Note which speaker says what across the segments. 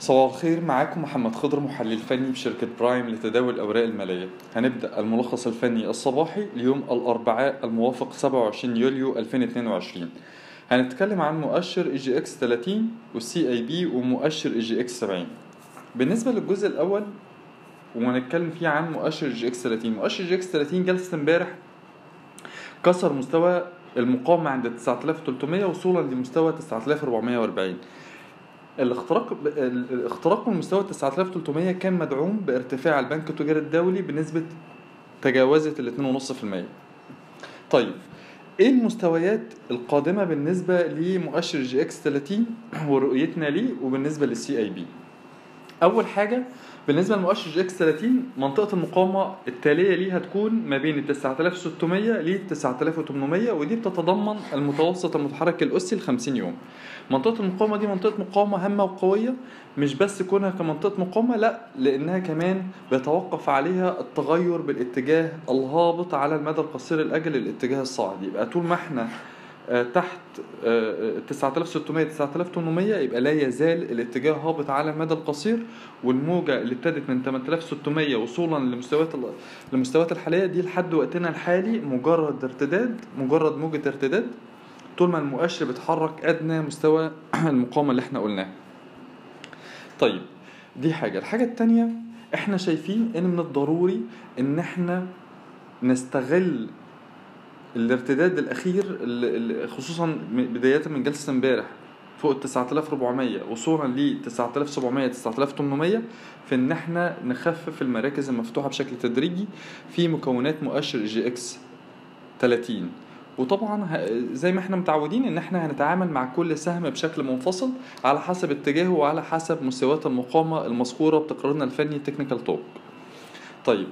Speaker 1: صباح الخير، معاكم محمد خضر، محلل فني بشركة برايم لتداول الأوراق المالية. هنبدأ الملخص الفني الصباحي ليوم الأربعاء الموافق 27 يوليو 2022. هنتكلم عن مؤشر EGX 30 والCIB ومؤشر EGX 70. بالنسبة للجزء الأول وهنتكلم فيه عن مؤشر EGX 30. مؤشر EGX 30 جلسة امبارح كسر مستوى المقاومة عند 9300 وصولا لمستوى 9440. الاختراق من مستوى 9300 كان مدعوم بارتفاع البنك التجاري الدولي بنسبة تجاوزت 2.5%. طيب ايه المستويات القادمة بالنسبة لمؤشر GX 30 ورؤيتنا ليه وبالنسبة للCIB؟ اول حاجة بالنسبة لمؤشر GX 30 منطقة المقاومة التالية ليه هتكون ما بين 9600 ل 9800، ودي بتتضمن المتوسط المتحرك الأسي ل50 يوم. منطقة المقاومة دي منطقة مقاومة هامة وقوية، مش بس كونها كمنطقة مقاومة، لا، لأنها كمان بيتوقف عليها التغير بالاتجاه الهابط على المدى القصير الأجل للاتجاه الصاعد. يبقى طول ما احنا تحت 9600 9800 يبقى لا يزال الاتجاه هابط على المدى القصير، والموجة اللي ابتدت من 8600 وصولا للمستويات الحالية دي لحد وقتنا الحالي مجرد موجة ارتداد طول ما المؤشر بيتحرك أدنى مستوى المقاومة اللي احنا قلناه. طيب دي حاجة. الحاجة التانية، احنا شايفين ان من الضروري ان احنا نستغل الارتداد الأخير خصوصا بداية من جلسة امبارح فوق 9400 وصولا ل 9700 9800 في ان احنا نخفف المراكز المفتوحة بشكل تدريجي في مكونات مؤشر GX 30. وطبعا زي ما احنا متعودين ان احنا هنتعامل مع كل سهم بشكل منفصل على حسب اتجاهه وعلى حسب مستويات المقاومة المذكورة بتقريرنا الفني تكنيكال توك. طيب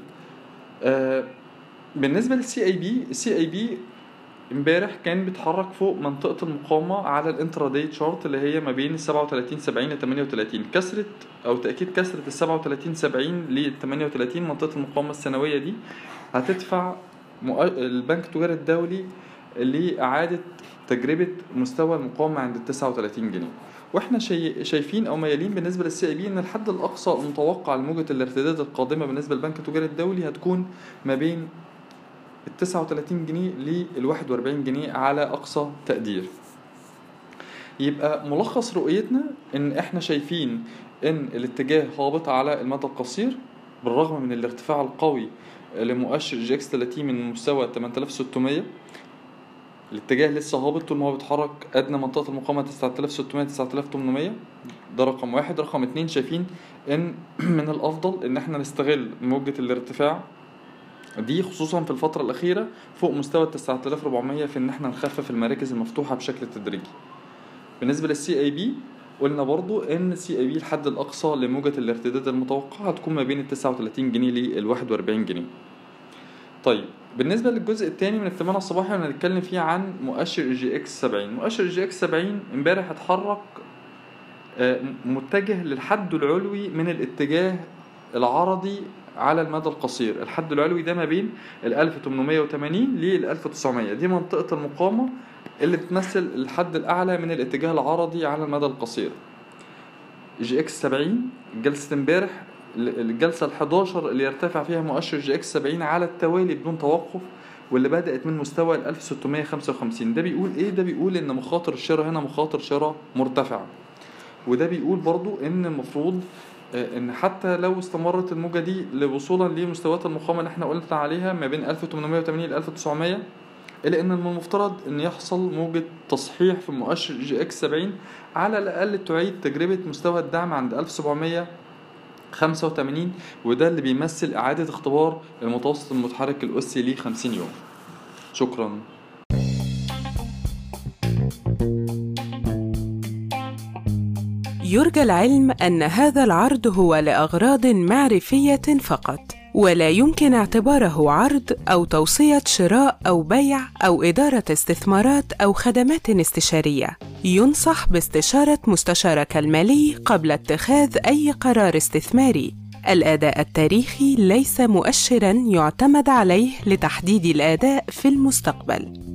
Speaker 1: بالنسبة للCIB امبارح كان بيتحرك فوق منطقة المقاومة على الانتراداي تشارت اللي هي ما بين 37.70 ل 38. كسرت او تأكيد كسرت 37.70 ل 38 منطقة المقاومة السنوية دي هتدفع البنك التجاري الدولي لإعادة تجربة مستوى المقاومة عند 39 جنيه. واحنا شايفين او ميالين بالنسبة للCIB ان الحد الاقصى المتوقع لموجة الارتداد القادمة بالنسبة للبنك التجاري الدولي هتكون ما بين 39 جنيه ل 41 جنيه على اقصى تقدير. يبقى ملخص رؤيتنا ان احنا شايفين ان الاتجاه هابط على المدى القصير بالرغم من الارتفاع القوي لمؤشر GX 30 من مستوى 8600. الاتجاه لسه هابط طول ما هو بيتحرك ادنى منطقة المقاومة 9600 9800. ده رقم واحد. رقم اتنين، شايفين ان من الافضل ان احنا نستغل موجة الارتفاع دي خصوصا في الفترة الأخيرة فوق مستوى 9400 في ان احنا نخفف المراكز المفتوحة بشكل تدريجي. بالنسبة للCIB قلنا برضو ان CIB الحد الأقصى لموجة الارتداد المتوقعة هتكون ما بين 39 جنيه ل 41 جنيه. طيب بالنسبة للجزء الثاني من اجتماعنا الصباحي هنتكلم فيه عن مؤشر GX 70. مؤشر GX 70 امبارح اتحرك متجه للحد العلوي من الاتجاه العرضي على المدى القصير. الحد العلوي ده ما بين 1880 ل 1900. دي منطقة المقاومة اللي بتمثل الحد الأعلى من الاتجاه العرضي على المدى القصير. GX 70 جلسة امبارح الجلسة ال11 اللي يرتفع فيها مؤشر GX 70 على التوالي بدون توقف، واللي بدأت من مستوى 1655. ده بيقول ايه؟ ده بيقول ان مخاطر الشراء هنا مخاطر شراء مرتفعة. وده بيقول برضو ان المفروض ان حتى لو استمرت الموجة دي لوصولا لمستويات المقاومة اللي احنا قلنا عليها ما بين 1880 ل 1900، الا ان المفترض ان يحصل موجة تصحيح في مؤشر GX 70 على الاقل تعيد تجربة مستوى الدعم عند 1785، وده اللي بيمثل اعادة اختبار المتوسط المتحرك الأسي ل 50 يوم. شكرا.
Speaker 2: يرجى العلم أن هذا العرض هو لأغراض معرفية فقط، ولا يمكن اعتباره عرض أو توصية شراء أو بيع أو إدارة استثمارات أو خدمات استشارية. ينصح باستشارة مستشارك المالي قبل اتخاذ أي قرار استثماري. الأداء التاريخي ليس مؤشراً يعتمد عليه لتحديد الأداء في المستقبل.